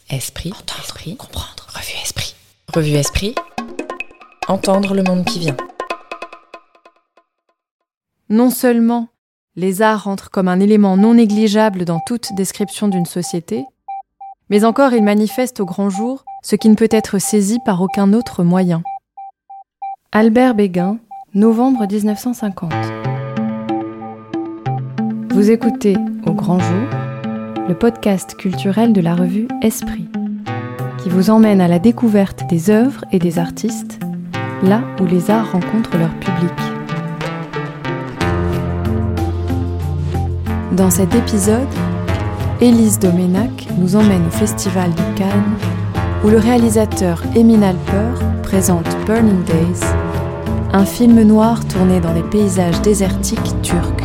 Esprit, entendre, esprit, comprendre. Revue Esprit. Revue Esprit. Entendre le monde qui vient. Non seulement les arts entrent comme un élément non négligeable dans toute description d'une société, mais encore ils manifestent au grand jour ce qui ne peut être saisi par aucun autre moyen. Albert Béguin, novembre 1950. Vous écoutez Au grand jour, le podcast culturel de la revue Esprit, qui vous emmène à la découverte des œuvres et des artistes, là où les arts rencontrent leur public. Dans cet épisode, Élise Doménac nous emmène au Festival de Cannes, où le réalisateur Emin Alper présente Burning Days, un film noir tourné dans les paysages désertiques turcs.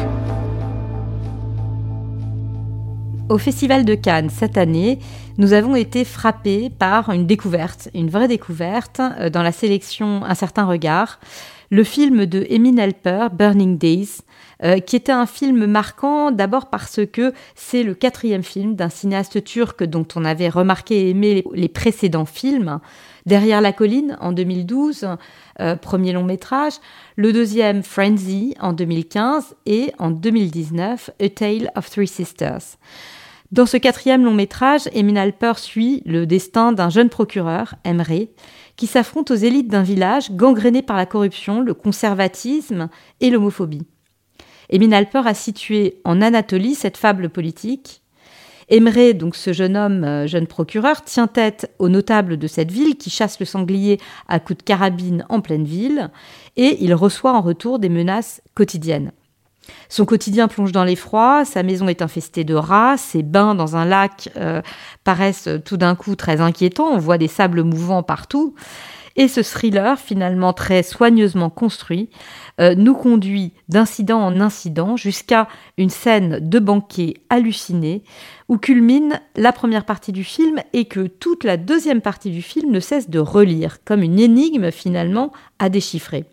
Au Festival de Cannes, cette année, nous avons été frappés par une découverte, une vraie découverte, dans la sélection Un certain regard, le film de Emin Alper, Burning Days, qui était un film marquant d'abord parce que c'est le 4e film d'un cinéaste turc dont on avait remarqué et aimé les précédents films. Derrière la colline, en 2012, premier long métrage. Le deuxième, Frenzy, en 2015. Et en 2019, A Tale of Three Sisters. Dans ce 4e long métrage, Emin Alper suit le destin d'un jeune procureur, Emre, qui s'affronte aux élites d'un village gangréné par la corruption, le conservatisme et l'homophobie. Emin Alper a situé en Anatolie cette fable politique. Emre, donc ce jeune homme, jeune procureur, tient tête aux notables de cette ville qui chassent le sanglier à coups de carabine en pleine ville et il reçoit en retour des menaces quotidiennes. Son quotidien plonge dans l'effroi, sa maison est infestée de rats, ses bains dans un lac paraissent tout d'un coup très inquiétants, on voit des sables mouvants partout. Et ce thriller, finalement très soigneusement construit, nous conduit d'incident en incident jusqu'à une scène de banquet hallucinée où culmine la première partie du film et que toute la deuxième partie du film ne cesse de relire, comme une énigme finalement à déchiffrer.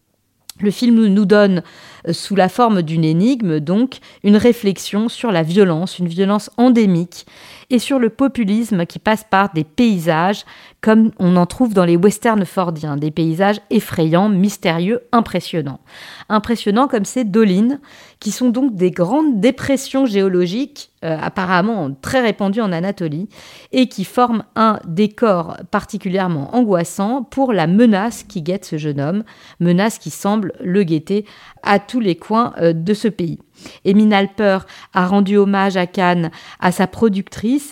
Le film nous donne, sous la forme d'une énigme, donc, une réflexion sur la violence, une violence endémique, et sur le populisme qui passe par des paysages, comme on en trouve dans les westerns fordiens, des paysages effrayants, mystérieux, impressionnants. Impressionnants comme ces dolines, qui sont donc des grandes dépressions géologiques, apparemment très répandues en Anatolie, et qui forment un décor particulièrement angoissant pour la menace qui guette ce jeune homme, menace qui semble le guetter à tous les coins de ce pays. Emin Alper a rendu hommage à Cannes à sa productrice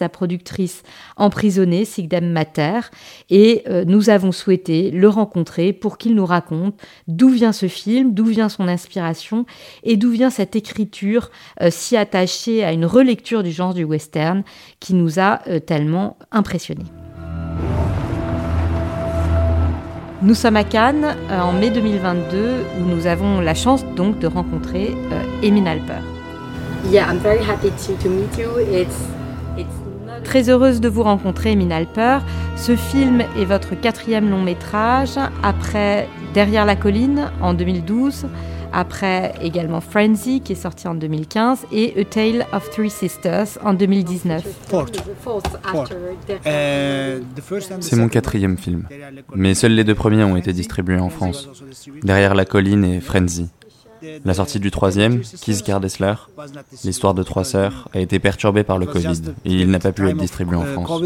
emprisonnée, Sigdem Mater, et nous avons souhaité le rencontrer pour qu'il nous raconte d'où vient ce film, d'où vient son inspiration et d'où vient cette écriture si attachée à une relecture du genre du western qui nous a tellement impressionnés. Nous sommes à Cannes en mai 2022 où nous avons la chance donc de rencontrer Emin Alper. Yeah, I'm very happy to meet you. Très heureuse de vous rencontrer, Emin Alper. Ce film est votre 4e long métrage, après Derrière la colline en 2012, après également Frenzy qui est sorti en 2015 et A Tale of Three Sisters en 2019. C'est mon 4e film, mais seuls les 2 premiers ont été distribués en France, Derrière la colline et Frenzy. La sortie du 3e, Kiss Gardesler, l'histoire de 3 sœurs, a été perturbée par le Covid et il n'a pas pu être distribué en France.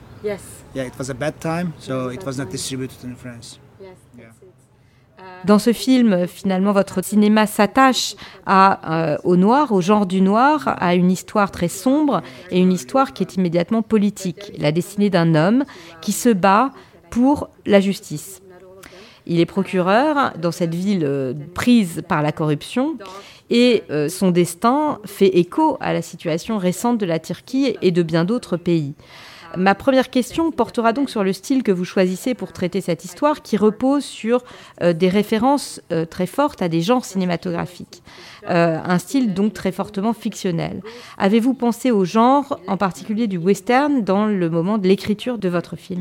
Dans ce film, finalement, votre cinéma s'attache au noir, au genre du noir, à une histoire très sombre et une histoire qui est immédiatement politique. La destinée d'un homme qui se bat pour la justice. Il est procureur dans cette ville prise par la corruption et son destin fait écho à la situation récente de la Turquie et de bien d'autres pays. Ma première question portera donc sur le style que vous choisissez pour traiter cette histoire qui repose sur des références très fortes à des genres cinématographiques. Un style donc très fortement fictionnel. Avez-vous pensé au genre, en particulier du western, dans le moment de l'écriture de votre film ?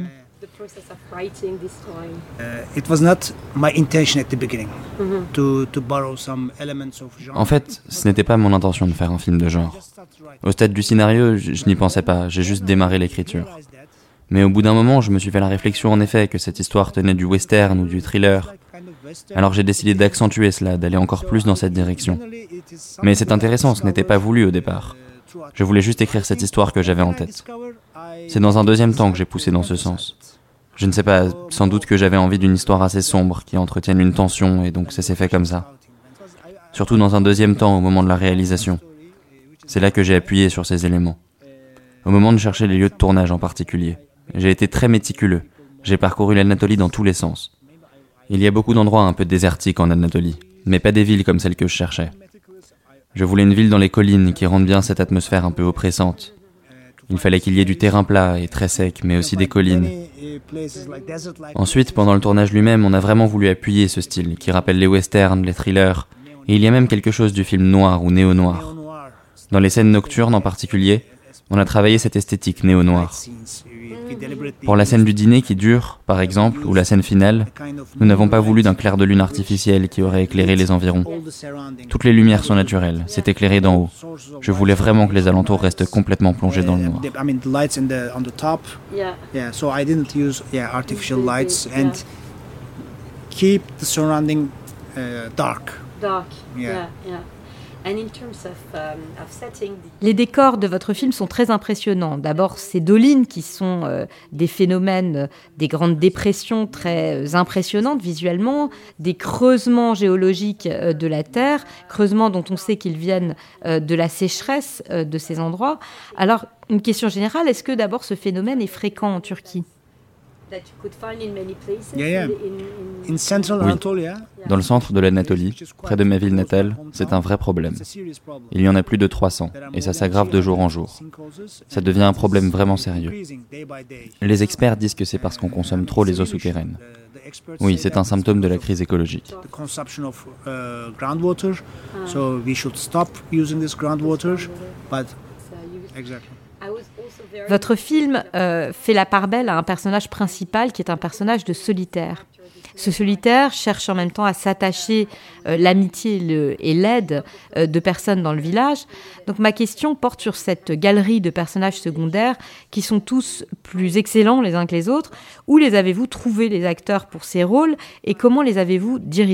En fait, ce n'était pas mon intention de faire un film de genre. Au stade du scénario, je n'y pensais pas, j'ai juste démarré l'écriture. Mais au bout d'un moment, je me suis fait la réflexion en effet que cette histoire tenait du western ou du thriller. Alors j'ai décidé d'accentuer cela, d'aller encore plus dans cette direction. Mais c'est intéressant, ce n'était pas voulu au départ. Je voulais juste écrire cette histoire que j'avais en tête. C'est dans un deuxième temps que j'ai poussé dans ce sens. Je ne sais pas, sans doute que j'avais envie d'une histoire assez sombre, qui entretienne une tension, et donc ça s'est fait comme ça. Surtout dans un deuxième temps, au moment de la réalisation. C'est là que j'ai appuyé sur ces éléments. Au moment de chercher les lieux de tournage en particulier. J'ai été très méticuleux. J'ai parcouru l'Anatolie dans tous les sens. Il y a beaucoup d'endroits un peu désertiques en Anatolie, mais pas des villes comme celles que je cherchais. Je voulais une ville dans les collines qui rende bien cette atmosphère un peu oppressante. Il fallait qu'il y ait du terrain plat et très sec, mais aussi des collines. Ensuite, pendant le tournage lui-même, on a vraiment voulu appuyer ce style, qui rappelle les westerns, les thrillers, et il y a même quelque chose du film noir ou néo-noir. Dans les scènes nocturnes en particulier, on a travaillé cette esthétique néo-noire. Pour la scène du dîner qui dure, par exemple, ou la scène finale, nous n'avons pas voulu d'un clair de lune artificiel qui aurait éclairé les environs. Toutes les lumières sont naturelles, c'est éclairé d'en haut. Je voulais vraiment que les alentours restent complètement plongés dans le noir. Les décors de votre film sont très impressionnants. D'abord, ces dolines qui sont des phénomènes, des grandes dépressions très impressionnantes visuellement, des creusements géologiques de la Terre, creusements dont on sait qu'ils viennent de la sécheresse de ces endroits. Alors, une question générale, est-ce que d'abord ce phénomène est fréquent en Turquie ? Oui, dans le centre de l'Anatolie, près de ma ville natale, c'est un vrai problème. Il y en a plus de 300, et ça s'aggrave de jour en jour. Ça devient un problème vraiment sérieux. Les experts disent que c'est parce qu'on consomme trop les eaux souterraines. Oui, c'est un symptôme de la crise écologique. Votre film fait la part belle à un personnage principal qui est un personnage de solitaire. Ce solitaire cherche en même temps à s'attacher l'amitié et l'aide de personnes dans le village. Donc ma question porte sur cette galerie de personnages secondaires qui sont tous plus excellents les uns que les autres. Où les avez-vous trouvés, les acteurs, pour ces rôles, et comment les avez-vous dirigés ?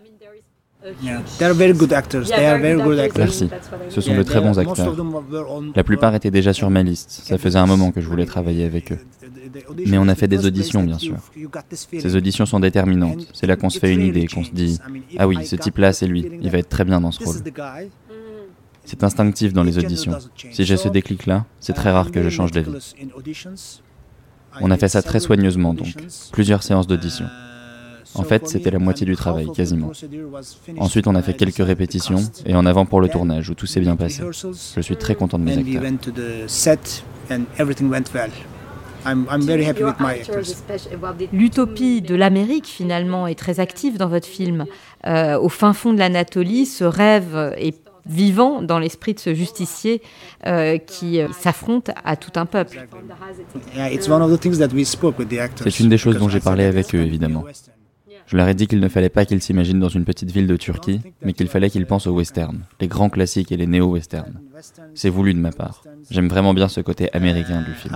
Merci. Ce sont de très bons acteurs. La plupart étaient déjà sur ma liste. Ça faisait un moment que je voulais travailler avec eux. Mais on a fait des auditions, bien sûr. Ces auditions sont déterminantes. C'est là qu'on se fait une idée, qu'on se dit « Ah oui, ce type-là, c'est lui. Il va être très bien dans ce rôle. » C'est instinctif dans les auditions. Si j'ai ce déclic-là, c'est très rare que je change d'avis. On a fait ça très soigneusement, donc. Plusieurs séances d'audition. En fait, c'était la moitié du travail, quasiment. Ensuite, on a fait quelques répétitions, et en avant pour le tournage, où tout s'est bien passé. Je suis très content de mes acteurs. L'utopie de l'Amérique, finalement, est très active dans votre film. Au fin fond de l'Anatolie, ce rêve est vivant dans l'esprit de ce justicier qui s'affronte à tout un peuple. C'est une des choses dont j'ai parlé avec eux, évidemment. Je leur ai dit qu'il ne fallait pas qu'ils s'imaginent dans une petite ville de Turquie, mais qu'il fallait qu'ils pensent aux westerns, les grands classiques et les néo-westerns. C'est voulu de ma part. J'aime vraiment bien ce côté américain du film.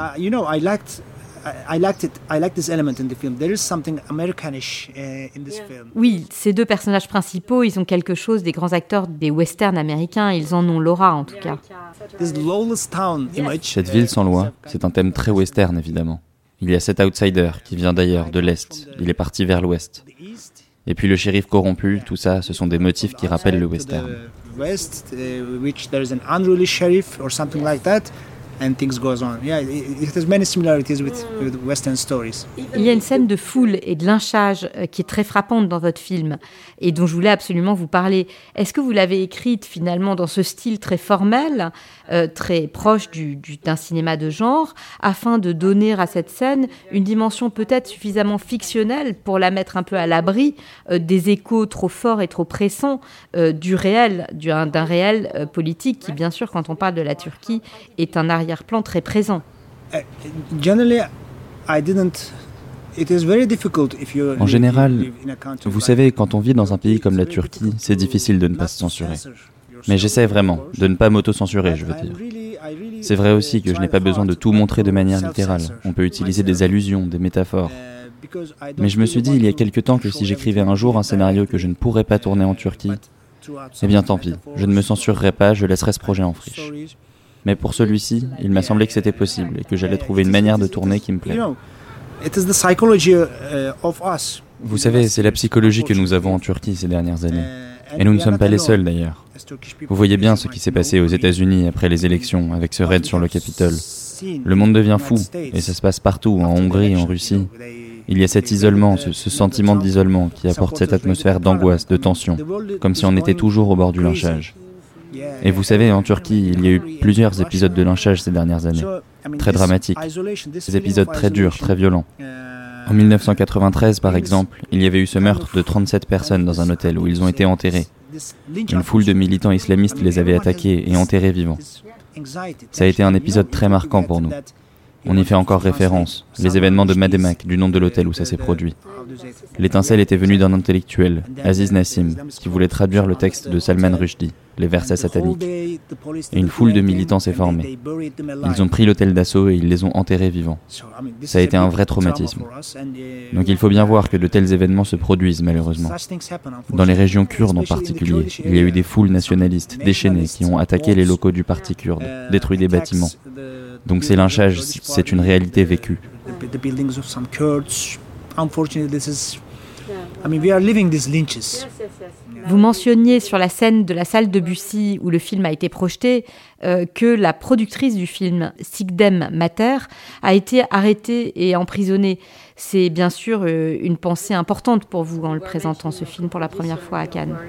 Oui, ces deux personnages principaux, ils ont quelque chose des grands acteurs des westerns américains, ils en ont l'aura en tout cas. Cette ville sans loi, c'est un thème très western évidemment. Il y a cet outsider qui vient d'ailleurs, de l'Est, il est parti vers l'Ouest. Et puis le shérif corrompu, tout ça, ce sont des motifs qui rappellent le western. Il y a une scène de foule et de lynchage qui est très frappante dans votre film et dont je voulais absolument vous parler. Est-ce que vous l'avez écrite finalement dans ce style très formel, très proche d'un cinéma de genre, afin de donner à cette scène une dimension peut-être suffisamment fictionnelle pour la mettre un peu à l'abri des échos trop forts et trop pressants du réel, d'un réel politique qui, bien sûr, quand on parle de la Turquie, est un arrière-plan très présent. En général, vous savez, quand on vit dans un pays comme la Turquie, c'est difficile de ne pas se censurer. Mais j'essaie vraiment de ne pas m'auto-censurer, je veux dire. C'est vrai aussi que je n'ai pas besoin de tout montrer de manière littérale. On peut utiliser des allusions, des métaphores. Mais je me suis dit il y a quelque temps que si j'écrivais un jour un scénario que je ne pourrais pas tourner en Turquie, eh bien tant pis, je ne me censurerai pas, je laisserai ce projet en friche. Mais pour celui-ci, il m'a semblé que c'était possible et que j'allais trouver une manière de tourner qui me plaît. Vous savez, c'est la psychologie que nous avons en Turquie ces dernières années. Et nous ne sommes pas les seuls d'ailleurs. Vous voyez bien ce qui s'est passé aux États-Unis après les élections, avec ce raid sur le Capitole. Le monde devient fou, et ça se passe partout, en Hongrie, en Russie. Il y a cet isolement, ce sentiment d'isolement qui apporte cette atmosphère d'angoisse, de tension, comme si on était toujours au bord du lynchage. Et vous savez, en Turquie, il y a eu plusieurs épisodes de lynchage ces dernières années, très dramatiques, des épisodes très durs, très violents. En 1993, par exemple, il y avait eu ce meurtre de 37 personnes dans un hôtel où ils ont été enterrés. Une foule de militants islamistes les avait attaqués et enterrés vivants. Ça a été un épisode très marquant pour nous. On y fait encore référence, les événements de Mademak, du nom de l'hôtel où ça s'est produit. L'étincelle était venue d'un intellectuel, Aziz Nassim, qui voulait traduire le texte de Salman Rushdie, les versets sataniques. Et une foule de militants s'est formée. Ils ont pris l'hôtel d'assaut et ils les ont enterrés vivants. Ça a été un vrai traumatisme. Donc il faut bien voir que de tels événements se produisent malheureusement. Dans les régions kurdes en particulier, il y a eu des foules nationalistes déchaînées qui ont attaqué les locaux du parti kurde, détruit des bâtiments. Donc ces lynchages, c'est une réalité vécue. Vous mentionniez sur la scène de la salle de Bussy où le film a été projeté que la productrice du film, Sigdem Mater, a été arrêtée et emprisonnée. C'est bien sûr une pensée importante pour vous en le présentant ce film pour la première fois à Cannes.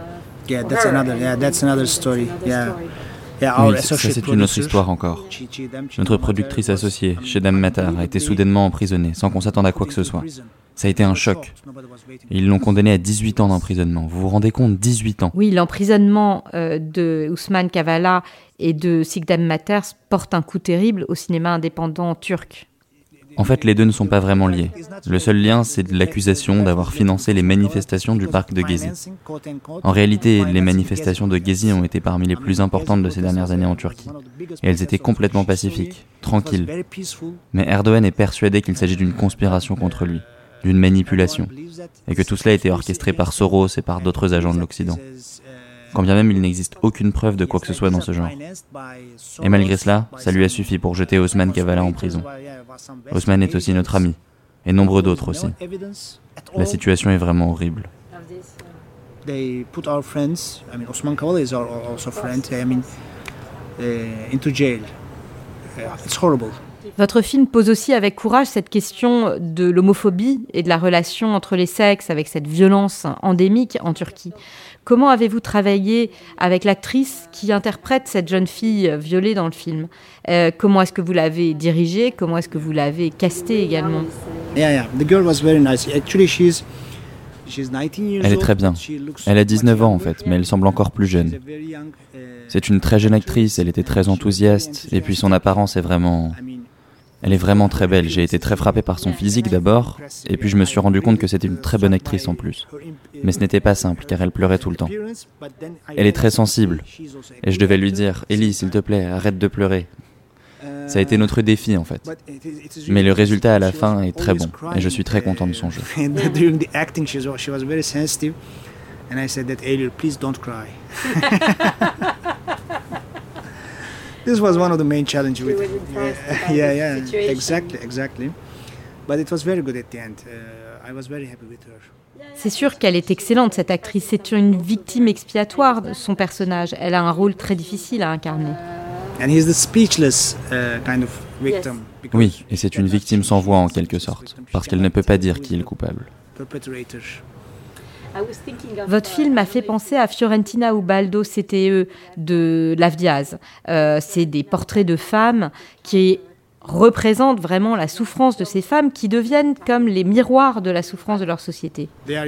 Oui, ça c'est une autre histoire encore. Notre productrice associée, Sigdem Mater, a été soudainement emprisonnée, sans qu'on s'attende à quoi que ce soit. Ça a été un choc. Et ils l'ont condamnée à 18 ans d'emprisonnement. Vous vous rendez compte, 18 ans? Oui, l'emprisonnement de Osman Kavala et de Sigdem Mater porte un coup terrible au cinéma indépendant turc. En fait, les deux ne sont pas vraiment liés. Le seul lien, c'est de l'accusation d'avoir financé les manifestations du parc de Gezi. En réalité, les manifestations de Gezi ont été parmi les plus importantes de ces dernières années en Turquie. Et elles étaient complètement pacifiques, tranquilles. Mais Erdogan est persuadé qu'il s'agit d'une conspiration contre lui, d'une manipulation, et que tout cela a été orchestré par Soros et par d'autres agents de l'Occident. Quand bien même il n'existe aucune preuve de quoi que ce soit dans ce genre. Et malgré cela, ça lui a suffi pour jeter Osman Kavala en prison. Osman est aussi notre ami, et nombreux d'autres aussi. La situation est vraiment horrible. Osman Kavala is also friend. Into jail. It's horrible. Votre film pose aussi avec courage cette question de l'homophobie et de la relation entre les sexes avec cette violence endémique en Turquie. Comment avez-vous travaillé avec l'actrice qui interprète cette jeune fille violée dans le film? Comment est-ce que vous l'avez dirigée? Comment est-ce que vous l'avez castée également? The girl was very nice. Actually, she's 19 years old. Elle est très bien. Elle a 19 ans en fait, mais elle semble encore plus jeune. C'est une très jeune actrice, elle était très enthousiaste, et puis son apparence est vraiment... Elle est vraiment très belle. J'ai été très frappé par son physique d'abord, et puis je me suis rendu compte que c'était une très bonne actrice en plus. Mais ce n'était pas simple, car elle pleurait tout le temps. Elle est très sensible, et je devais lui dire « Ellie, s'il te plaît, arrête de pleurer ». Ça a été notre défi en fait. Mais le résultat à la fin est très bon, et je suis très content de son jeu. During the acting, she was very sensitive, and I said that Ellie, please don't cry. This was one of the main challenges with exactly. But it was very good at the end. I was very happy with her. C'est sûr qu'elle est excellente, cette actrice. C'est une victime expiatoire de son personnage. Elle a un rôle très difficile à incarner. And he's the speechless kind of victim. Oui, et c'est une victime sans voix en quelque sorte, parce qu'elle ne peut pas dire qui est le coupable. Votre film m'a fait penser à Fiorentina Ubaldo CTE de Lavdiaz. C'est des portraits de femmes qui représentent vraiment la souffrance de ces femmes qui deviennent comme les miroirs de la souffrance de leur société.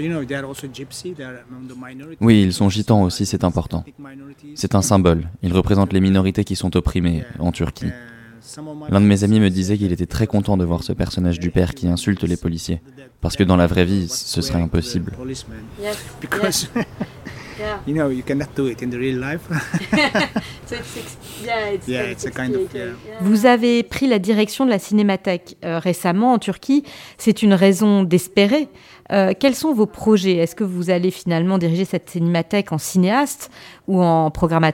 Oui, ils sont gitans aussi, c'est important. C'est un symbole. Ils représentent les minorités qui sont opprimées en Turquie. L'un de mes amis me disait qu'il était très content de voir ce personnage du père qui insulte les policiers. Parce que dans la vraie vie, ce serait impossible. You know, you cannot do it in the real life. It's a kind of. Vous avez pris la direction de la Cinémathèque récemment en Turquie. C'est une raison d'espérer. Quels sont vos projets ? Est-ce que vous allez finalement diriger cette cinémathèque en cinéaste ou en programmateur ?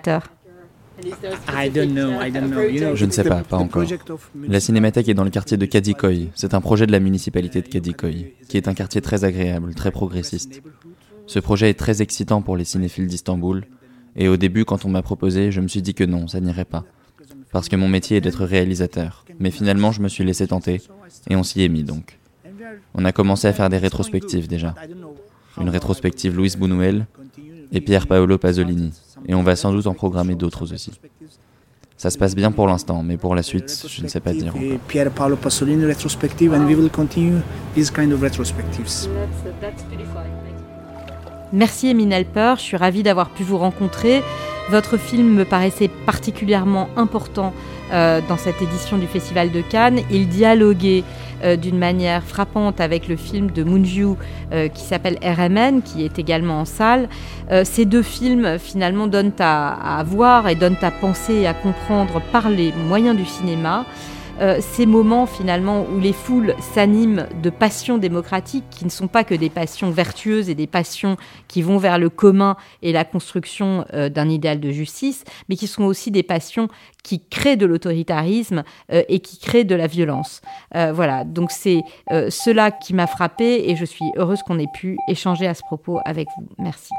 Je ne sais pas encore. La cinémathèque est dans le quartier de Kadıköy. C'est un projet de la municipalité de Kadıköy, qui est un quartier très agréable, très progressiste. Ce projet est très excitant pour les cinéphiles d'Istanbul. Et au début, quand on m'a proposé, je me suis dit que non, ça n'irait pas. Parce que mon métier est d'être réalisateur. Mais finalement, je me suis laissé tenter, et on s'y est mis donc. On a commencé à faire des rétrospectives déjà. Une rétrospective Luis Buñuel et Pier Paolo Pasolini. Et on va sans doute en programmer d'autres aussi. Ça se passe bien pour l'instant, mais pour la suite, je ne sais pas dire encore. Pier Paolo Pasolini retrospective, and we will continue these kind of retrospectives. Merci Emin Alper, je suis ravie d'avoir pu vous rencontrer. Votre film me paraissait particulièrement important dans cette édition du Festival de Cannes. Il dialoguait d'une manière frappante avec le film de Mungiu qui s'appelle RMN, qui est également en salle. Ces deux films finalement donnent à voir et donnent à penser et à comprendre par les moyens du cinéma ces moments finalement où les foules s'animent de passions démocratiques qui ne sont pas que des passions vertueuses et des passions qui vont vers le commun et la construction d'un idéal de justice, mais qui sont aussi des passions qui créent de l'autoritarisme et qui créent de la violence. Voilà, donc c'est cela qui m'a frappée et je suis heureuse qu'on ait pu échanger à ce propos avec vous. Merci.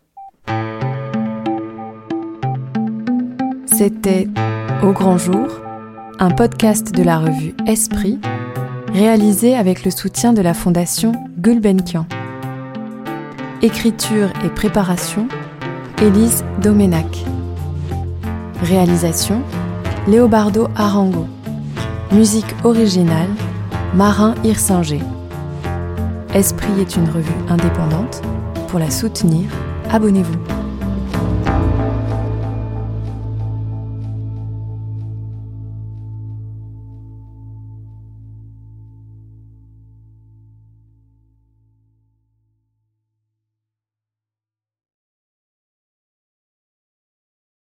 C'était Au grand jour, un podcast de la revue Esprit, réalisé avec le soutien de la fondation Gulbenkian. Écriture et préparation, Élise Domenac. Réalisation, Léobardo Arango. Musique originale, Marin Hirsinger. Esprit est une revue indépendante. Pour la soutenir, abonnez-vous.